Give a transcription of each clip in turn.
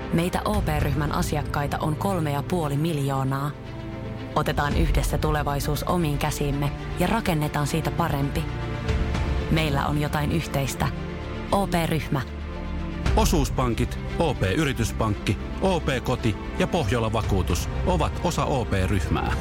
Meitä OP-ryhmän asiakkaita on 3,5 miljoonaa. Otetaan yhdessä tulevaisuus omiin käsiimme ja rakennetaan siitä parempi. Meillä on jotain yhteistä. OP-ryhmä. Osuuspankit, OP-yrityspankki, OP-koti ja Pohjola-vakuutus ovat osa OP-ryhmää.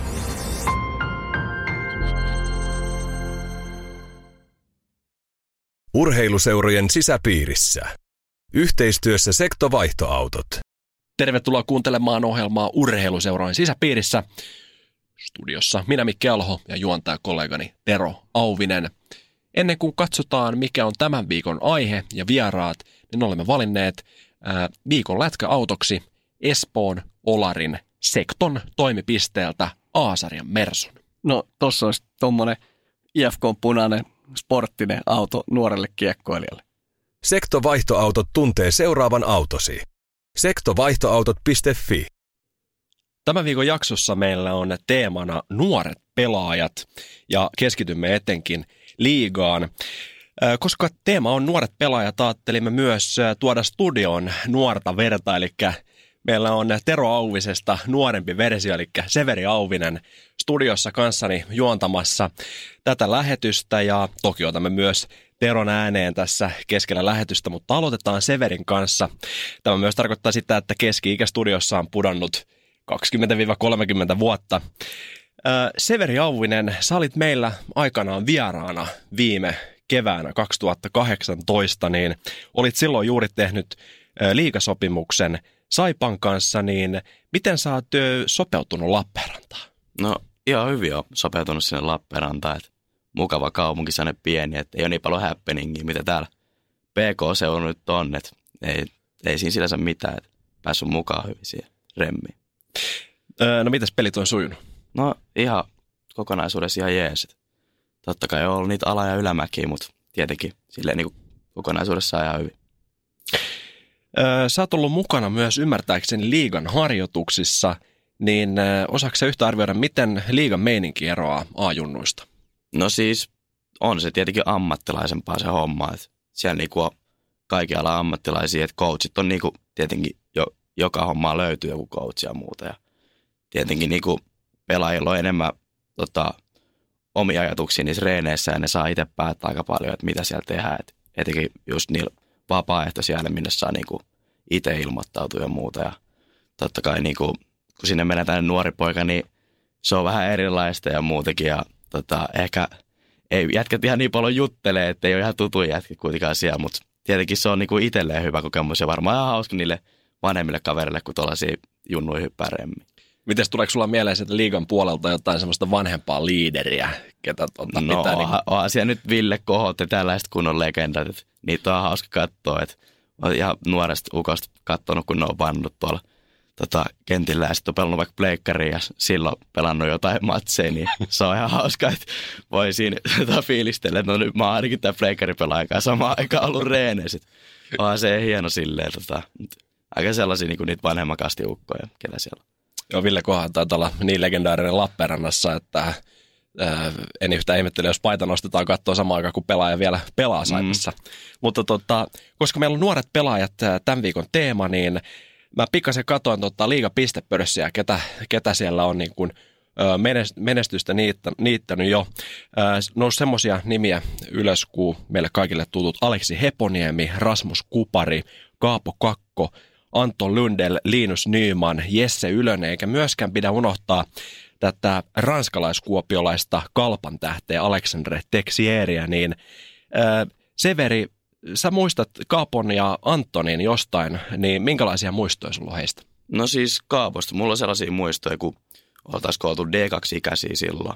Urheiluseurojen sisäpiirissä. Yhteistyössä Sektovaihtoautot. Tervetuloa kuuntelemaan ohjelmaa Urheiluseurojen sisäpiirissä. Studiossa minä Mikki Alho ja juontajakollegani Tero Auvinen. Ennen kuin katsotaan, mikä on tämän viikon aihe ja vieraat, niin olemme valinneet viikon lätkäautoksi Espoon Olarin Sekton toimipisteeltä A-sarjan Mersun. No tossa olisi tommonen IFK-punainen sporttinen auto nuorelle kiekkoilijalle. Sektovaihtoautot tuntee seuraavan autosi. Sektovaihtoautot.fi. Tämän viikon jaksossa meillä on teemana nuoret pelaajat ja keskitymme etenkin liigaan. Koska teema on nuoret pelaajat, ajattelimme myös tuoda studioon nuorta verta, eli meillä on Tero Auvisesta nuorempi versio, eli Severi Auvinen studiossa kanssani juontamassa tätä lähetystä ja toki otamme myös Teron ääneen tässä keskellä lähetystä, mutta aloitetaan Severin kanssa. Tämä myös tarkoittaa sitä, että keski-ikä studiossa on pudonnut 20-30 vuotta. Severi Auvinen, sä olit meillä aikanaan vieraana viime keväänä 2018, niin olit silloin juuri tehnyt liigasopimuksen Saipan kanssa, niin miten sä oot sopeutunut Lappeenrantaan? No ihan hyvin on sopeutunut sinne Lappeenrantaan, että mukava kaupunki, sellainen pieni, että ei ole niin paljon happeningia, mitä täällä PK-seudulla nyt on, että ei siinä sinänsä mitään, että päässyt mukaan hyvin siihen remmiin. No mitäs pelit on sujunut? No ihan kokonaisuudessa ihan jees. Totta kai on ollut niitä ala- ja ylämäkiä, mutta tietenkin silleen niin kokonaisuudessa ihan hyvin. Sä oot ollut mukana myös ymmärtääkseni liigan harjoituksissa, niin osaatko sä yhtä arvioida, miten liigan meininki eroaa A-junnuista? No siis on se tietenkin ammattilaisempaa se homma, että siellä niinku on kaikkialla ammattilaisia, että coachit on niinku tietenkin joka hommaa löytyy joku coach ja muuta ja tietenkin niinku pelaajilla on enemmän omia ajatuksia niissä reeneissä ja ne saa itse päättää aika paljon, että mitä siellä tehdään, et etenkin just niillä vapaaehtoisilla, minne saa niinku itse ilmoittautua ja muuta ja totta kai niinku, kun sinne menee tänne nuori poika, niin se on vähän erilaista ja muutenkin ja ehkä ei jätkät ihan niin paljon juttelee, että ei ole ihan tutuja jätkät kuitenkaan siellä, mutta tietenkin se on niinku itselleen hyvä kokemus ja varmaan ihan hauska niille vanhemmille kaverille, kun tuollaisia junnuja hyppää remmin. Mites tuleeko sulla mieleen sieltä liigan puolelta jotain semmoista vanhempaa liideriä, ketä pitää? Onhan siellä nyt Ville Kohot ja tällaiset kunnon legendat, että niitä on hauska katsoa, että olen ihan nuoresta ukosta katsonut, kun ne on vannut tuolla kentillä ja sitten on pelannut vaikka pleikkaria ja silloin pelannut jotain matseja, niin se on ihan hauska, että voi siinä fiilistellä, että no nyt mä oon ainakin tämän pleikkaripelaajan kanssa samaan aikaan ollut reeneissä. Onhan se hieno silleen, aika sellaisia niin kuin niitä vanhemman kastiukkoja, ketä siellä on. Joo, Ville Kohan taitaa olla niin legendaarinen Lappeenrannassa, että en yhtään ihmettele, jos paita nostetaan katsoa samaan aikaan, kun pelaaja vielä pelaa Saipassa. Mutta koska meillä on nuoret pelaajat tämän viikon teema, niin mä pikkasen katoin liigapistepörssiä, ketä siellä on niin kuin menestystä niittänyt jo. Nousi semmoisia nimiä ylös kuin meille kaikille tutut Aleksi Heponiemi, Rasmus Kupari, Kaapo Kakko, Anton Lundell, Linus Nyman, Jesse Ylönen, eikä myöskään pidä unohtaa tätä ranskalaiskuopiolaista kalpan tähteä Alexandre Texieriä, niin Severi, sä muistat Kaapon ja Antonin jostain, niin minkälaisia muistoja sulla on heistä? No siis Kaaposta, mulla on sellaisia muistoja, kun oltaisiko oltu D2-ikäisiä silloin.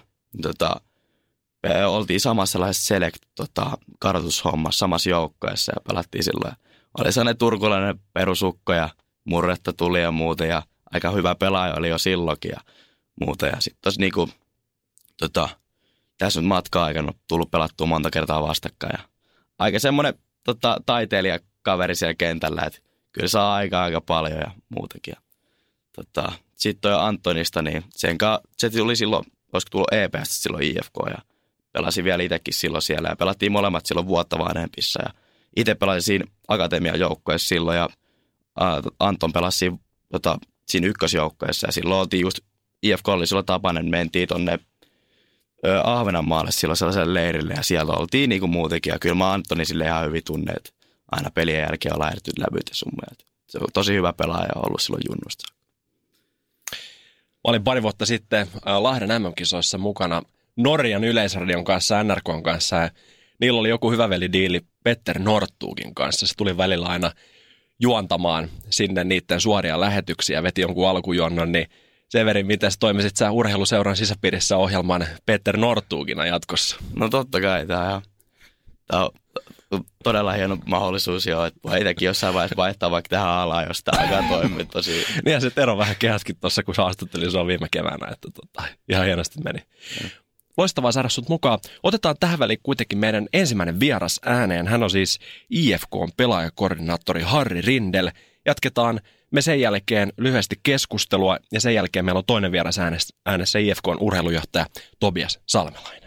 Me oltiin samassa sellaisessa kartoitushommassa, samassa joukkoessa ja pelattiin silloin. Oli sellainen turkulainen perusukko ja murretta tuli ja muuta ja aika hyvä pelaaja oli jo silloinkin ja muuta. Ja sitten tossa niinku, tässä nyt matka-aikana on tullut pelattua monta kertaa vastakkain ja aika semmoinen taiteilijakaveri siellä kentällä, että kyllä saa aika paljon ja muutenkin. Sitten toi Antonista, niin se tuli silloin, olisiko tullut EPS silloin IFK ja pelasin vielä itsekin silloin siellä ja pelattiin molemmat silloin vuotta vanhempissa ja itse pelasin siinä akatemian joukkueessa silloin ja Anton pelasi siinä ykkösjoukkoessa ja silloin oltiin just IFK oli silloin Tapanen, mentiin tonne Ahvenanmaalle silloin sellaiselle leirille ja siellä oltiin niin kuin muutenkin. Ja kyllä mä Antoni sille ihan hyvin tunneet. Aina pelien jälkeen on lähdetty lävyt ja sun mielestä. Se on tosi hyvä pelaaja ollut silloin junnusta. Mä olin pari vuotta sitten Lahden MM-kisoissa mukana Norjan Yleisradion kanssa, NRK:n kanssa. Ja niillä oli joku hyvävelidiili Petter Northugin kanssa. Se tuli välillä aina juontamaan sinne niiden suoria lähetyksiä, veti jonkun alkujuonnon, niin Severi, miten toimisit sä urheiluseuran sisäpiirissä ohjelman Petter Northugina jatkossa? No totta kai, tämä on todella hieno mahdollisuus jo, että voi itsekin jossain vaiheessa vaihtaa vaikka tähän alaan, jos tämä alkaa toimia tosi. Niin ja se Tero vähän kehäskin tuossa, kun haastattelin sua viime keväänä, että ihan hienosti meni. Loistavaa saada sut mukaan. Otetaan tähän väliin kuitenkin meidän ensimmäinen vieras ääneen. Hän on siis IFK:n pelaajakoordinaattori Harri Rindel. Jatketaan me sen jälkeen lyhyesti keskustelua ja sen jälkeen meillä on toinen vieras äänessä IFK:n urheilujohtaja Tobias Salmelainen.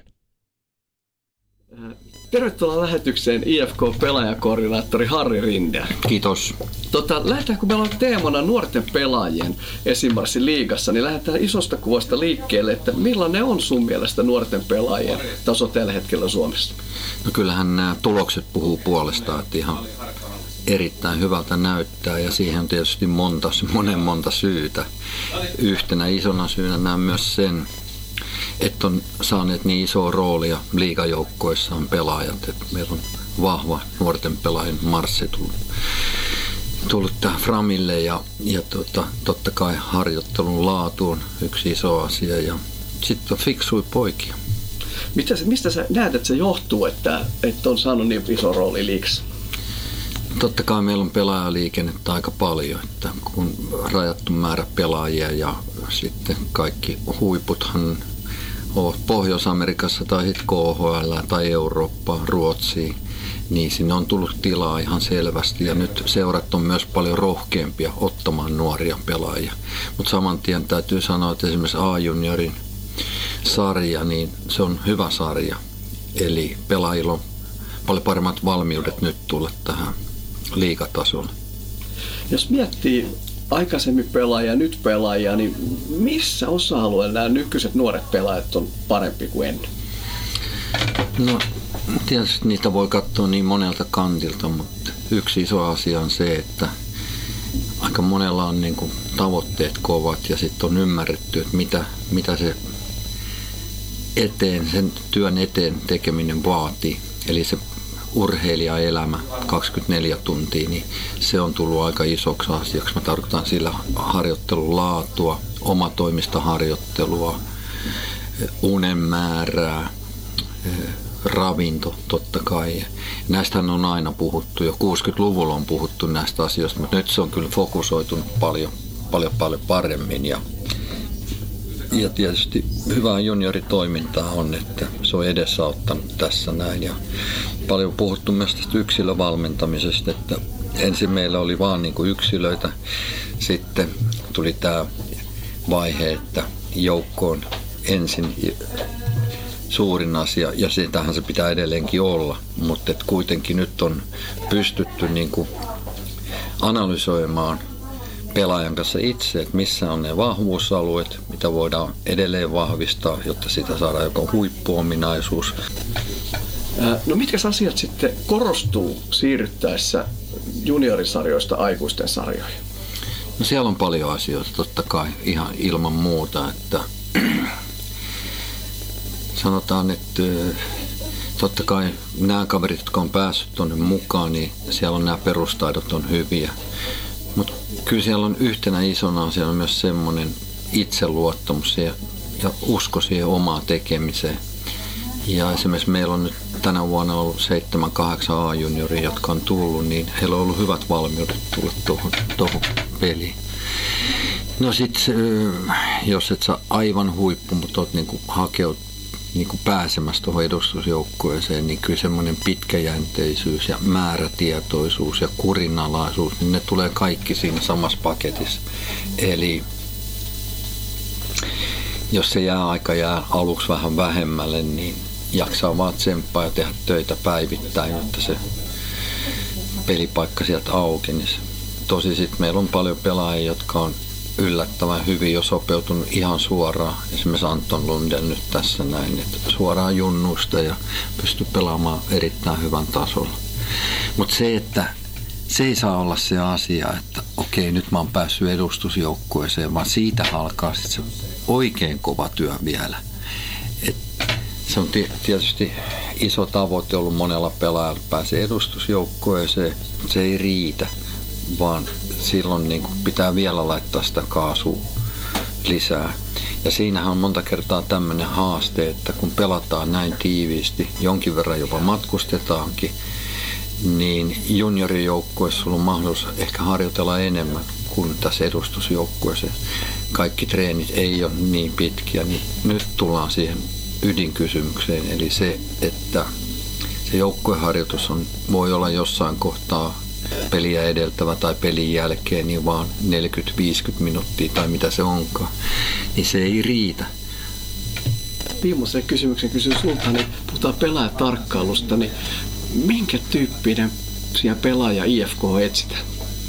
Tervetuloa lähetykseen IFK-pelaajakoordinaattori Harri Rindel. Kiitos. Lähdetään, kun meillä on teemana nuorten pelaajien esimarssi liigassa, niin lähdetään isosta kuvasta liikkeelle, että millainen on sun mielestä nuorten pelaajien taso tällä hetkellä Suomessa? No kyllähän nämä tulokset puhuu puolestaan, että ihan erittäin hyvältä näyttää ja siihen on tietysti monta syytä. Yhtenä isona syynä näen myös sen, että on saaneet niin isoa roolia liigajoukkoissaan pelaajat, että meillä on vahva nuorten pelaajien marssi tullut tähän Framille ja totta kai harjoittelun laatu on yksi iso asia ja sitten on fiksui poikia. Mistä sä näet, että se johtuu, että on saanut niin iso rooli liigassa? Totta kai meillä on pelaajaliikennettä aika paljon, että kun rajattu määrä pelaajia ja sitten kaikki huiputhan ovat Pohjois-Amerikassa tai sitten KHL tai Eurooppaan, Ruotsiin, niin sinne on tullut tilaa ihan selvästi ja nyt seurat on myös paljon rohkeampia ottamaan nuoria pelaajia. Mutta saman tien täytyy sanoa, että esimerkiksi A-juniorin sarja, niin se on hyvä sarja, eli pelaajilla on paljon paremmat valmiudet nyt tulla tähän liigatasolle. Jos miettii aikaisemmin pelaajia ja nyt pelaajia, niin missä osa-alueella nämä nykyiset nuoret pelaajat on parempi kuin ennen? No tietysti niitä voi katsoa niin monelta kantilta, mutta yksi iso asia on se, että aika monella on niin kuin tavoitteet kovat ja sitten on ymmärretty, että mitä se sen työn eteen tekeminen vaatii. Eli se urheilijaelämä 24 tuntia, niin se on tullut aika isoksi asiaksi. Mä tarkoitan sillä harjoittelun laatua, omatoimista harjoittelua, unen määrää, ravinto totta kai. Näistähän on aina puhuttu, jo 60-luvulla on puhuttu näistä asioista, mutta nyt se on kyllä fokusoitunut paljon paremmin. Ja tietysti hyvää junioritoimintaa on, että se on edesauttanut tässä näin. Ja paljon puhuttu myös tästä yksilövalmentamisesta, että ensin meillä oli vaan niin kuin yksilöitä, sitten tuli tämä vaihe, että joukko on ensin suurin asia ja sitähän se pitää edelleenkin olla, mutta kuitenkin nyt on pystytty niin kuin analysoimaan pelaajan kanssa itse, että missä on ne vahvuusalueet, mitä voidaan edelleen vahvistaa, jotta sitä saadaan joku huippuominaisuus. No mitkä asiat sitten korostuu siirryttäessä juniorisarjoista aikuisten sarjoihin? No siellä on paljon asioita, totta kai ihan ilman muuta, että sanotaan, että totta kai nämä kaverit, jotka on päässyt tuonne mukaan, niin siellä on nämä perustaidot on hyviä. Mutta kyllä siellä on yhtenä isona asiana myös semmoinen itseluottamus ja usko siihen omaan tekemiseen. Ja esimerkiksi meillä on nyt tänä vuonna ollut 7-8 A-junioria, jotka on tullut, niin heillä on ollut hyvät valmiudet tulla tuohon peliin. No sit jos et saa aivan huippu, mutta oot niinku hakeut niinku pääsemässä tuohon edustusjoukkueeseen, niin kyllä semmoinen pitkäjänteisyys ja määrätietoisuus ja kurinalaisuus, niin ne tulee kaikki siinä samassa paketissa. Eli jos se aika jää aluksi vähän vähemmälle, niin jaksaa vaan tsemppaa ja tehdä töitä päivittäin, jotta se pelipaikka sieltä aukenisi. Tosi sitten meillä on paljon pelaajia, jotka on yllättävän hyvin jo sopeutunut ihan suoraan. Esimerkiksi Anton Lundell nyt tässä näin, että suoraan junnusta ja pystyy pelaamaan erittäin hyvän tasolla. Mutta se, että se ei saa olla se asia, että okei, nyt mä oon päässyt edustusjoukkueeseen, vaan siitä alkaa sitten se oikein kova työ vielä. Et se on tietysti iso tavoite ollut monella pelaajalla pääsee edustusjoukkueeseen. Se ei riitä, vaan silloin niin kuin pitää vielä laittaa sitä kaasua lisää. Ja siinähän on monta kertaa tämmöinen haaste, että kun pelataan näin tiiviisti, jonkin verran jopa matkustetaankin, niin juniorijoukkueessa sulla on mahdollisuus ehkä harjoitella enemmän kuin tässä edustusjoukkueessa. Kaikki treenit ei ole niin pitkiä, niin nyt tullaan siihen ydinkysymykseen, eli se, että se joukkueharjoitus voi olla jossain kohtaa peliä edeltävä tai pelin jälkeen niin vaan 40-50 minuuttia tai mitä se onkaan, niin se ei riitä. Viimeisen kysymyksen kysyn sulta, niin puhutaan pelaajatarkkailusta, niin minkä tyyppinen pelaaja IFK etsitään?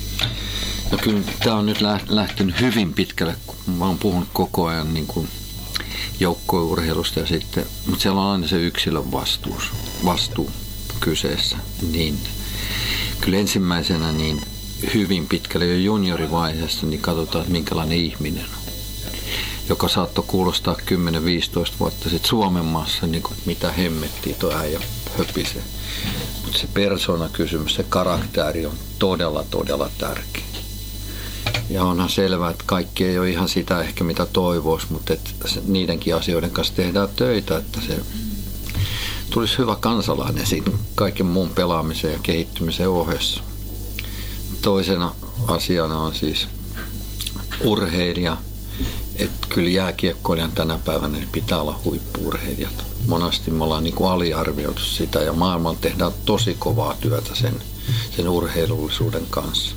No kyllä tämä on nyt lähtenyt hyvin pitkälle, kun mä oon puhunut koko ajan niin kuin joukkueurheilusta ja sitten, mutta siellä on aina se yksilön vastuu kyseessä, niin kyllä ensimmäisenä niin hyvin pitkälle jo juniorivaiheessa niin katsotaan, että minkälainen ihminen on, joka saattoi kuulostaa 10-15 vuotta sitten Suomen maassa, niin kuin, mitä hemmettiä tuo äijä höpisee. Mutta se persoonakysymys, se karakteri on todella, todella tärkeä. Ja onhan selvää, että kaikki ei ole ihan sitä ehkä mitä toivoisi, mutta niidenkin asioiden kanssa tehdään töitä, että se tulisi hyvä kansalainen siinä kaiken muun pelaamisen ja kehittymisen ohessa. Toisena asiana on siis urheilija, että kyllä jääkiekkoilijan tänä päivänä pitää olla huippu-urheilijat. Monasti me ollaan niin kuin aliarvioitu sitä ja maailmalla tehdään tosi kovaa työtä sen urheilullisuuden kanssa.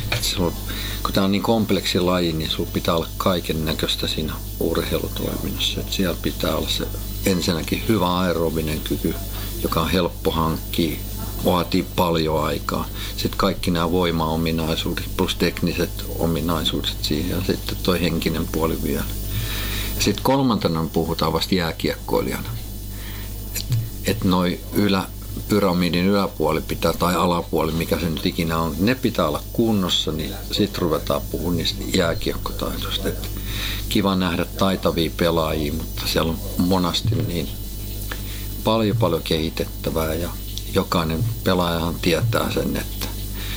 Kun tämä on niin kompleksi laji, niin sinulla pitää olla kaiken näköistä siinä urheilutoiminnassa. Että siellä pitää olla se ensinnäkin hyvä aerobinen kyky, joka on helppo hankkia, vaatii paljon aikaa. Sitten kaikki nämä voimaominaisuudet plus tekniset ominaisuudet siihen ja sitten tuo henkinen puoli vielä. Sitten kolmantena puhutaan vasta jääkiekkoilijana. Että noi pyramidin yläpuoli pitää, tai alapuoli, mikä se nyt ikinä on, ne pitää olla kunnossa, niin sitten ruvetaan puhumaan niistä jääkiekkotaitoista. Et kiva nähdä taitavia pelaajia, mutta siellä on monasti niin paljon kehitettävää ja jokainen pelaajahan tietää sen, että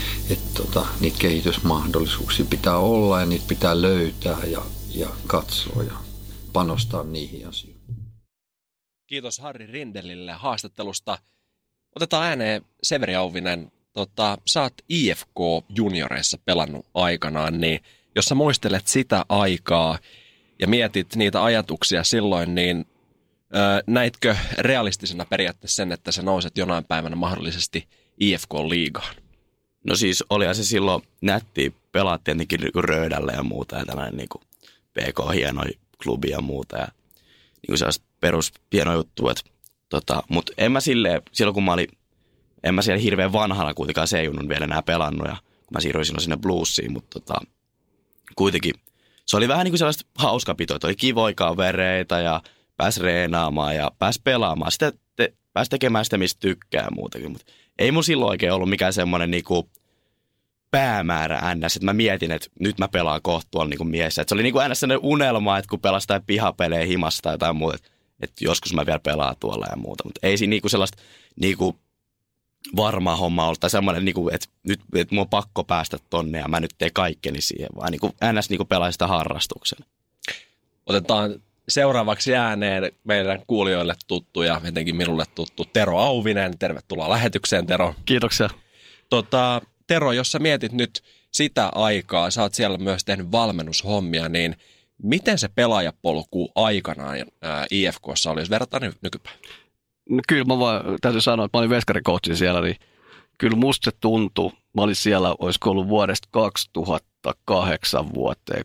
niitä kehitysmahdollisuuksia pitää olla ja niitä pitää löytää ja katsoa ja panostaa niihin asioihin. Kiitos Harri Rindelille haastattelusta. Otetaan ääneen Severi Auvinen. Sä oot IFK-junioreissa pelannut aikanaan, niin jos sä muistelet sitä aikaa ja mietit niitä ajatuksia silloin, niin näitkö realistisena periaatteessa sen, että sä nouset jonain päivänä mahdollisesti IFK-liigaan? No siis olihan se silloin nättiä, pelaat tietenkin niin Röydällä ja muuta ja tällainen niin kuin PK-hienoja klubi ja muuta ja niin kuin sellaiset perus hieno juttu, mutta en mä silleen, silloin kun en mä siellä hirveän vanhana kuitenkaan C-junnun vielä enää pelannut ja kun mä siirryin silloin sinne bluesiin, mutta kuitenkin se oli vähän niin kuin sellaista hauskapitoa, että oli kivoja kavereita ja pääsi reenaamaan ja pääsi pelaamaan. Sitten pääsi tekemään sitä, mistä tykkää muutakin, mutta ei mun silloin oikein ollut mikään semmoinen niinku päämäärä NS, että mä mietin, että nyt mä pelaan kohta tuolla niinku miessä. Se oli niinku NS sellainen unelma, että kun pelas tai pihapelejä himassa tai jotain muuta, että joskus mä vielä pelaan tuolla ja muuta. Mutta ei siinä niinku sellaista niinku varmaa hommaa ollut tai semmoinen, niinku, että nyt että mun on pakko päästä tonne ja mä nyt teen kaikkeni siihen, vaan niinku NS niinku pelaa sitä harrastuksena. Otetaan seuraavaksi ääneen meidän kuulijoille tuttu ja etenkin minulle tuttu Tero Auvinen. Tervetuloa lähetykseen, Tero. Kiitoksia. Tero, jos sä mietit nyt sitä aikaa, sä oot siellä myös tehnyt valmennushommia, niin miten se pelaajapolku aikanaan IFK:ssa oli, jos verrataan nykypäivänä? No kyllä täytyy sanoa, että mä olin veskarikoutsi siellä, niin kyllä musta se tuntui, mä olin siellä, olisiko ollut vuodesta 2008 vuoteen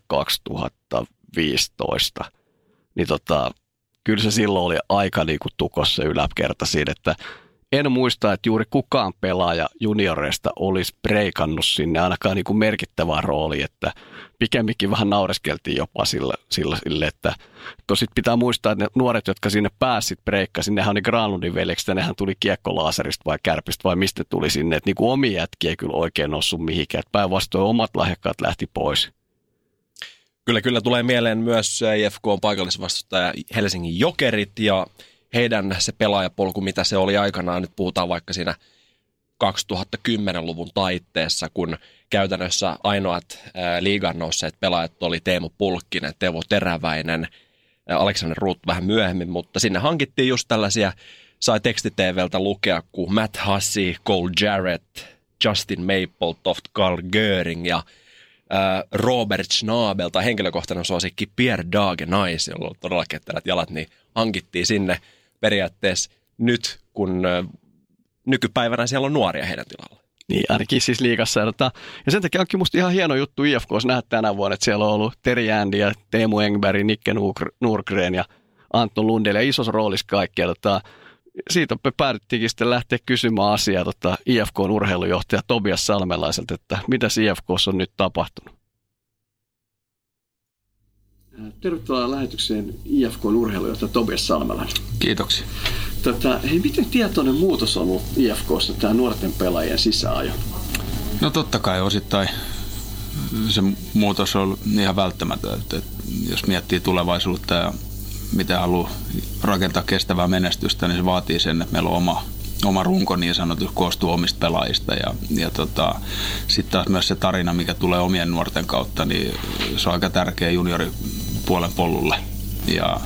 2015, niin kyllä se silloin oli aika niin kuin tukossa yläkerta siinä, että en muista, että juuri kukaan pelaaja junioreista olisi breikannut sinne ainakaan niin kuin merkittävää roolia, että pikemminkin vähän naureskeltiin jopa sille, että kun sit pitää muistaa, että ne nuoret, jotka sinne pääsit breikkasiin, nehän on ne Granlundin veljekset, ja nehän tuli kiekkolaasarista vai kärpistä vai mistä tuli sinne, että niin kuin omia jätkiä ei kyllä oikein noussut mihinkään, että päinvastoin omat lahjakkaat lähti pois. Kyllä tulee mieleen myös IFK:n paikallisvastustaja Helsingin Jokerit ja heidän se pelaajapolku, mitä se oli aikanaan, nyt puhutaan vaikka siinä 2010-luvun taitteessa, kun käytännössä ainoat liigan nousseet pelaajat oli Teemu Pulkkinen, Teuvo Teräväinen, Alexander Ruut vähän myöhemmin, mutta sinne hankittiin just tällaisia, sai tekstiteveltä lukea kuin Matt Hussey, Cole Jarrett, Justin Mappletoft, Carl Göring ja Robert Schnabel tai henkilökohtainen suosikki Pierre Dagenais, jolla on todella ketterät jalat, niin hankittiin sinne periaatteessa nyt, kun nykypäivänä siellä on nuoria heidän tilalla. Niin, ainakin siis liigassa. Ja sen takia onkin musta ihan hieno juttu IFK:ssa nähdä tänä vuonna, että siellä on ollut Terry Andy ja Teemu Engberg, Nikke Nurgren ja Anton Lundell ja isossa roolissa kaikkia. Siitä me päädyttiinkin sitten lähteä kysymään asiaa IFK:n urheilujohtaja Tobias Salmelaiselta, että mitä IFK:ssa on nyt tapahtunut. Tervetuloa lähetykseen IFK:n urheilujohtaja Tobias Salmelainen. Kiitoksia. Hei, miten tietoinen muutos on ollut IFK:ssa tämä nuorten pelaajien sisäänajo? No totta kai osittain se muutos on ihan välttämätön, että jos miettii tulevaisuutta ja mitä haluaa rakentaa kestävää menestystä, niin se vaatii sen, että meillä on oma runko niin sanotusti koostuu omista pelaajista ja sitten taas myös se tarina, mikä tulee omien nuorten kautta, niin se on aika tärkeä junioripuolen polulle ja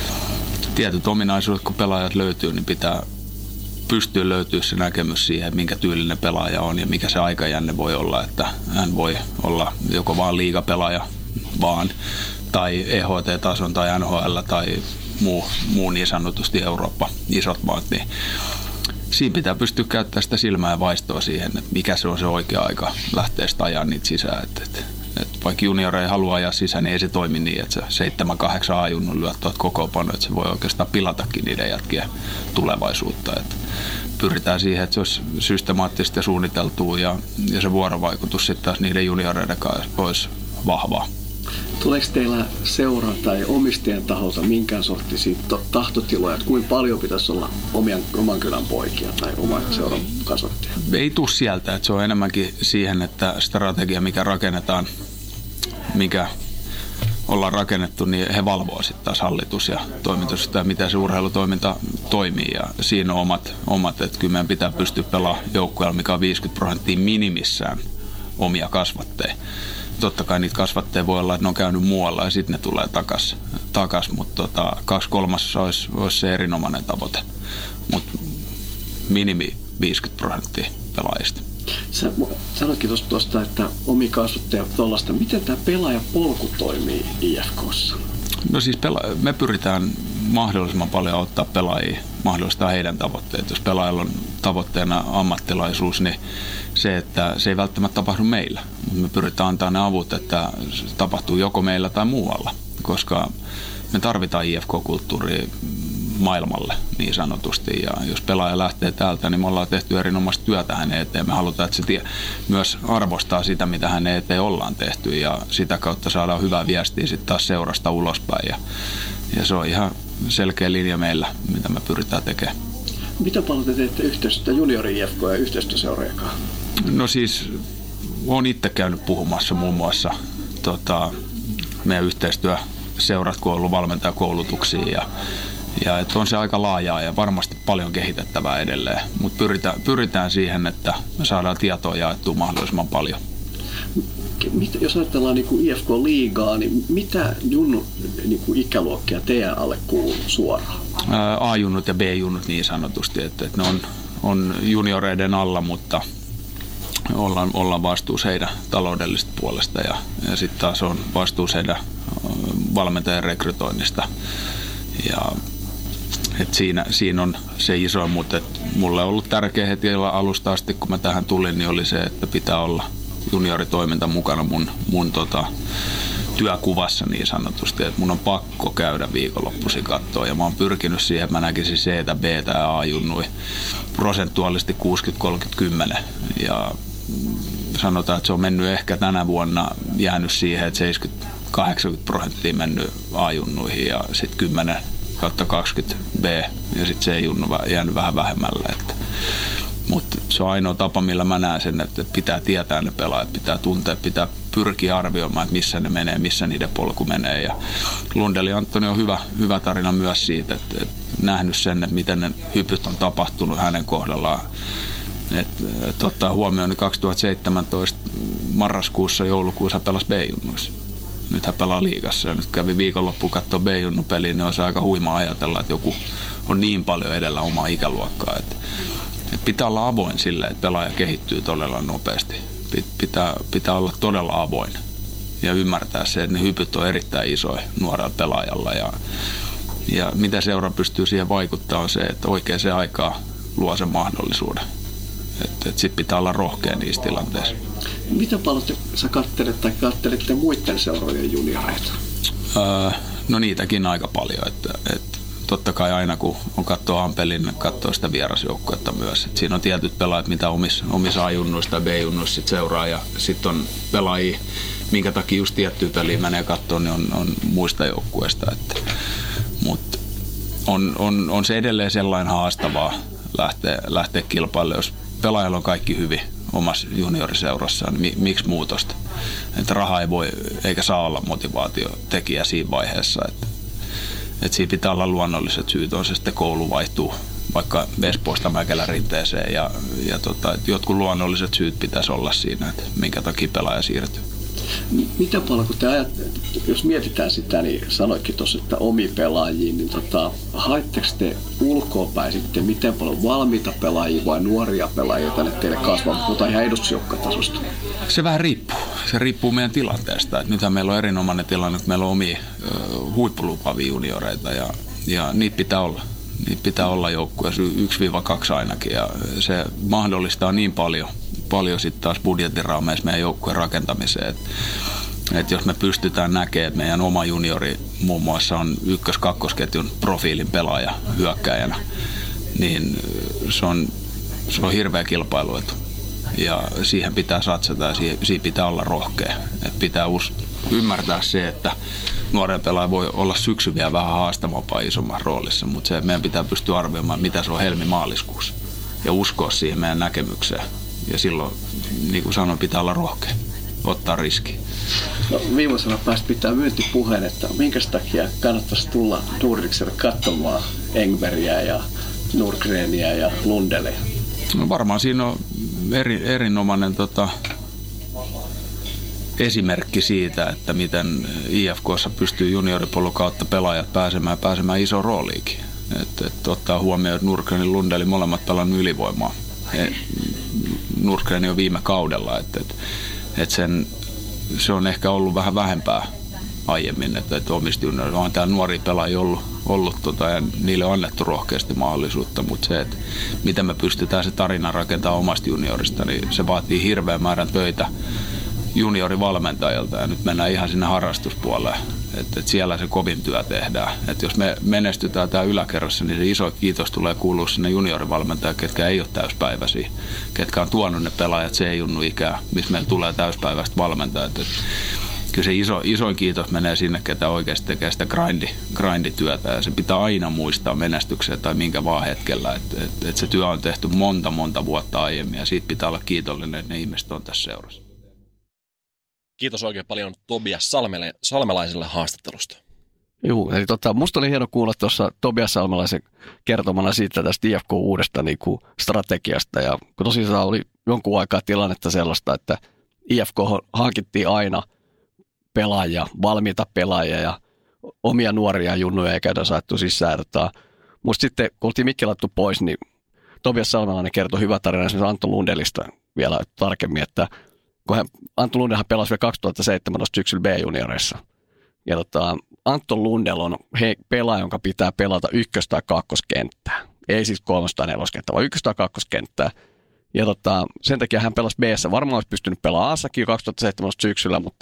tietyt ominaisuudet, kun pelaajat löytyy, niin pitää pystyä löytyä se näkemys siihen, minkä tyylinen pelaaja on ja mikä se aikajänne voi olla, että hän voi olla joko vaan liigapelaaja vaan tai EHT-tason tai NHL tai muu niin sanotusti Eurooppa, isot maat, niin siinä pitää pystyä käyttämään sitä silmää ja vaistoa siihen, että mikä se on se oikea aika lähteä sitä ajaa niitä sisään. Että vaikka juniori ei halua ajaa sisään, niin ei se toimi niin, että se 7-8 A-junnun lyöt tuot kokoonpano, että se voi oikeastaan pilatakin niiden jätkien tulevaisuutta. Että pyritään siihen, että se olisi systemaattisesti ja suunniteltua ja se vuorovaikutus sitten taas niiden junioreiden kanssa olisi vahvaa. Tuleeko teillä seuraa tai omistajien taholta minkään sorttisia tahtotiloja, että kuinka paljon pitäisi olla oman kylän poikia tai oman seuran kasvattajia? Ei tule sieltä, että se on enemmänkin siihen, että strategia, mikä rakennetaan, mikä ollaan rakennettu, niin he valvoo sitten taas hallitus ja toimitus, ja miten se urheilutoiminta toimii. Ja siinä on omat että kyllä meidän pitää pystyä pelaamaan joukkueella, mikä on 50% minimissään omia kasvatteja. Totta kai niitä kasvatteja voi olla, että ne on käynyt muualla ja sitten ne tulee takas mutta 2/3 olisi se erinomainen tavoite. Mutta minimi 50% pelaajista. Sä sanoitkin tuosta, että omi kasvatteja tuollaista. Miten tämä pelaajapolku toimii IFK:ssa? No siis me pyritään mahdollisimman paljon auttaa pelaajia, mahdollistaa heidän tavoitteet. Jos pelaajalla on tavoitteena ammattilaisuus, niin se, että se ei välttämättä tapahdu meillä. Me pyritään antaa ne avut, että se tapahtuu joko meillä tai muualla, koska me tarvitaan IFK-kulttuuria maailmalle niin sanotusti. Ja jos pelaaja lähtee täältä, niin me ollaan tehty erinomaista työtä hänen eteen. Me halutaan, että se myös arvostaa sitä, mitä hänen eteen ollaan tehty ja sitä kautta saadaan hyvää viestiä sitten taas seurasta ulospäin. Ja se on ihan selkeä linja meillä, mitä me pyritään tekemään. Mitä paljon te teette yhteistyötä juniori IFK ja yhteistyöseurojakaan? No siis olen itse käynyt puhumassa muun muassa meidän yhteistyöseurat, kun on ollut valmentajakoulutuksia ja että on se aika laajaa ja varmasti paljon kehitettävää edelleen, mutta pyritään siihen, että me saadaan tietoa jaettua mahdollisimman paljon. Jos ajatellaan niin kuin IFK-liigaa, niin mitä niin kuin ikäluokkia teidän alle kuuluu suoraan? A-junnut ja B-junnut niin sanotusti, että ne on junioreiden alla, mutta ollaan vastuussa heidän taloudellisesta puolesta ja sitten taas on vastuussa heidän valmentajan rekrytoinnista. Ja et siinä on se iso, mutta mulle on ollut tärkeä heti alusta asti, kun mä tähän tulin, niin oli se, että pitää olla junioritoiminta mukana mun työkuvassa niin sanotusti, että mun on pakko käydä viikonloppuisin katsoa ja mä oon pyrkinyt siihen, että mä näkisin C, B ja A-junnui prosentuaalisesti 60-30-10 ja sanotaan, että se on mennyt ehkä tänä vuonna jäänyt siihen, että 70-80% mennyt A-junnuihin ja sitten 10/20 B ja sitten C-junnu jäänyt vähän vähemmälle. Mutta se on ainoa tapa, millä mä näen sen, että pitää tietää ne pelaajat, pitää tuntea, pitää pyrkiä arvioimaan, että missä ne menee, missä niiden polku menee. Ja Lundell Antoni on hyvä tarina myös siitä, että nähnyt sen, että miten ne hypyt on tapahtunut hänen kohdallaan. Että ottaa huomioon, niin 2017 marraskuussa, joulukuussa pelasi B-junnuissa. Nyt hän pelaa liigassa ja nyt kävi viikonloppuun katsoa B-junnu-peliin, niin on se aika huima ajatella, että joku on niin paljon edellä omaa ikäluokkaa. Että pitää olla avoin sille, että pelaaja kehittyy todella nopeasti. Pitää olla todella avoin ja ymmärtää se, että ne hypyt on erittäin isoja nuorella pelaajalla. Ja mitä seura pystyy siihen vaikuttamaan on se, että oikeaan aikaan luo sen mahdollisuuden. Sitten pitää olla rohkea niissä tilanteissa. Mitä paljon sä katselette muiden seurojen junioreita? No niitäkin aika paljon. Totta kai aina kun on katsoo Ampelin, katsoo sitä vierasjoukkuetta myös. Et siinä on tietyt pelaajat, mitä omissa A-junnuissa tai B-junnuissa sit seuraa. Ja sitten on pelaajia, minkä takia just tiettyä peliä menee katsoa, niin on muista joukkueista. Mutta on se edelleen sellainen haastavaa lähteä kilpailemaan, jos pelaajalla on kaikki hyvin omassa junioriseurassaan, niin miksi muutosta? Että raha ei voi eikä saa olla motivaatiotekijä siinä vaiheessa. Että siinä pitää olla luonnolliset syyt, on se sitten koulu vaihtuu vaikka Espoosta Mäkelärinteeseen ja jotkut luonnolliset syyt pitäisi olla siinä, että minkä takia pelaaja siirtyy. Mitä paljon, kun te jos mietitään sitä, niin sanoitkin tuossa, että omi pelaajiin, niin haetteko te ulkoapäin sitten miten paljon valmiita pelaajia vai nuoria pelaajia tänne teille kasvamaan, puhutaan ihan edustusjoukkatasosta? Se vähän riippuu. Se riippuu meidän tilanteesta. Nythän meillä on erinomainen tilanne, että meillä on omia huippulupavia junioreita ja niitä pitää olla. Niitä pitää olla joukkueessa 1-2 ainakin ja se mahdollistaa niin paljon sitten taas budjetin raameissa meidän joukkueen rakentamiseen. Että jos me pystytään näkemään, että meidän oma juniori muun muassa on 1-2-ketjun profiilin pelaaja hyökkäjänä, niin se on hirveä kilpailuetu. Ja siihen pitää satsata ja siihen pitää olla rohkea. Et pitää ymmärtää se, että nuoren pelaaja voi olla syksy vielä vähän haastavampaa isommassa roolissa, mutta meidän pitää pystyä arvioimaan, mitä se on helmi-maaliskuussa ja uskoa siihen meidän näkemykseen. Ja silloin, niin kuin sanoin, pitää olla rohkea, ottaa riski. No, viimeisellä päästä pitää myyntipuheen, että minkä takia kannattaisi tulla Nordicselle katsomaan Engbergia ja Nordgrenia ja Lundellia? No varmaan siinä on erinomainen esimerkki siitä, että miten IFK:ssa pystyy junioripolun kautta pelaajat pääsemään isoon rooliinkin. Että ottaa huomioon, että Nordgren ja Lundell molemmat pelannut ylivoimaa. Nordgren on viime kaudella, että se on ehkä ollut vähän vähempää aiemmin, että omista juniorilla on täällä nuoria pelaajia ollut ja niille on annettu rohkeasti mahdollisuutta, mutta se, että miten me pystytään se tarina rakentamaan omasta juniorista, niin se vaatii hirveän määrän töitä juniorivalmentajalta ja nyt mennään ihan sinne harrastuspuolelle, että siellä se kovin työ tehdään. Että jos me menestytään täällä yläkerrassa, niin se iso kiitos tulee kuulua sinne juniorivalmentajille, ketkä ei ole täyspäiväisiä, ketkä on tuonut ne pelaajat C-junnu ikää, missä meillä tulee täyspäiväiset valmentajat. Et kyllä se isoin kiitos menee sinne, ketä oikeasti tekee sitä grindityötä ja se pitää aina muistaa menestykseen tai minkä vaan hetkellä, että se työ on tehty monta vuotta aiemmin ja siitä pitää olla kiitollinen, että ne ihmiset on tässä seurassa. Kiitos oikein paljon Tobias Salmelaiselle haastattelusta. Joo, eli musta oli hieno kuulla tuossa Tobias Salmelaisen kertomana siitä tästä IFK uudesta niin kuin strategiasta. Ja kun tosiaan oli jonkun aikaa tilannetta sellaista, että IFK hankittiin aina pelaajia, valmiita pelaajia ja omia nuoria junnuja ei käydä saettu sisään. Musta sitten, kun oltiin Mikki laittu pois, niin Tobias Salmelainen kertoi hyvä tarina esimerkiksi Antto Lundellista vielä tarkemmin, että kun Antto Lundellhan pelasi vielä 2017 syksyllä B-junioreissa. Ja Antto Lundell on pelaaja, jonka pitää pelata 1- tai 2-kenttää. Ei siis 3- tai 4-kenttää, vaan 1- tai 2-kenttää. Ja sen takia hän pelasi B-ssä. Varmaan olisi pystynyt pelaamaan A-sakin 2017 syksyllä, mutta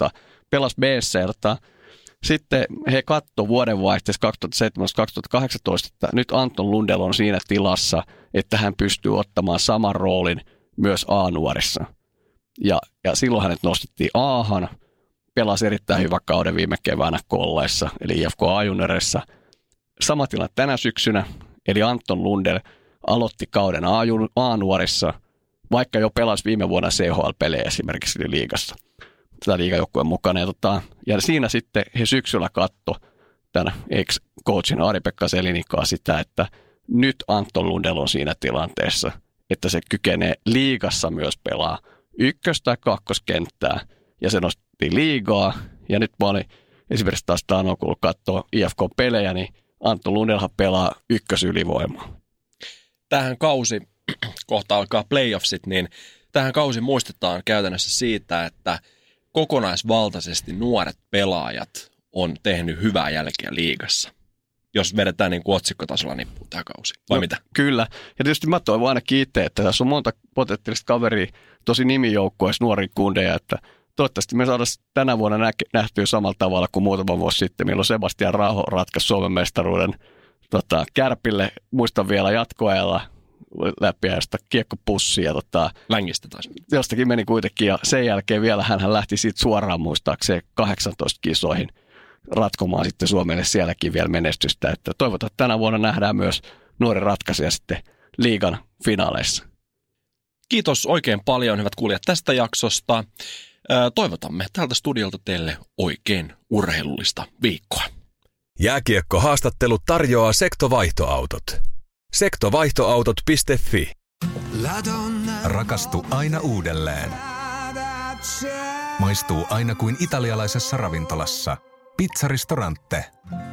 pelasi B-ssä ja sitten he katsoi vuodenvaihteessa 2017-2018, että nyt Anton Lundell on siinä tilassa, että hän pystyy ottamaan saman roolin myös A-nuorissa. Ja silloin hänet nostettiin A:han, pelasi erittäin hyvä kauden viime keväänä Kolleissa, eli IFK A-junioreissa. Sama tilanne tänä syksynä, eli Anton Lundell aloitti kauden A-nuorissa, vaikka jo pelasi viime vuonna CHL-pelejä esimerkiksi liigassa. Tätä liigajoukkueen mukana. Ja siinä sitten he syksyllä katsoi tämän ex-coachin Ari-Pekka Selinikaa sitä, että nyt Anton Lundell on siinä tilanteessa, että se kykenee liigassa myös pelaa ykkös- tai kakkoskenttää. Ja se nosti liigaa. Ja nyt mä olin esimerkiksi taas Tano, kun katsoo IFK-pelejä, niin Anton Lundellhan pelaa ykkösylivoimaa. Tähän kausi, kohta alkaa playoffsit, niin tähän kausi muistetaan käytännössä siitä, että kokonaisvaltaisesti nuoret pelaajat on tehnyt hyvää jälkeä liigassa, jos vedetään niin kuin otsikkotasolla nippuun tämä kausi, vai mitä? Kyllä, ja tietysti mä toivon ainakin itse, että tässä on monta potentiaalista kaveria, tosi nimijoukkueessa nuoria kundeja, että toivottavasti me saadaan tänä vuonna nähtyä samalla tavalla kuin muutama vuosi sitten, milloin Sebastian Raho ratkaisi Suomen mestaruuden Kärpille, muistan vielä jatkoajalla läpiäjästä kiekkopussia. Längistä taas. Jostakin meni kuitenkin, ja sen jälkeen vielä hän lähti siitä suoraan muistaakseen 18 kisoihin ratkomaan sitten Suomelle sielläkin vielä menestystä. Että toivotaan, että tänä vuonna nähdään myös nuori ratkaisija sitten liigan finaaleissa. Kiitos oikein paljon, hyvät kuulijat, tästä jaksosta. Toivotamme tältä studiolta teille oikein urheilullista viikkoa. Jääkiekko-haastattelu tarjoaa Sekto-vaihtoautot. Sektovaihtoautot.fi. Rakastu aina uudelleen. Maistuu aina kuin italialaisessa ravintolassa. Pizzaristorante.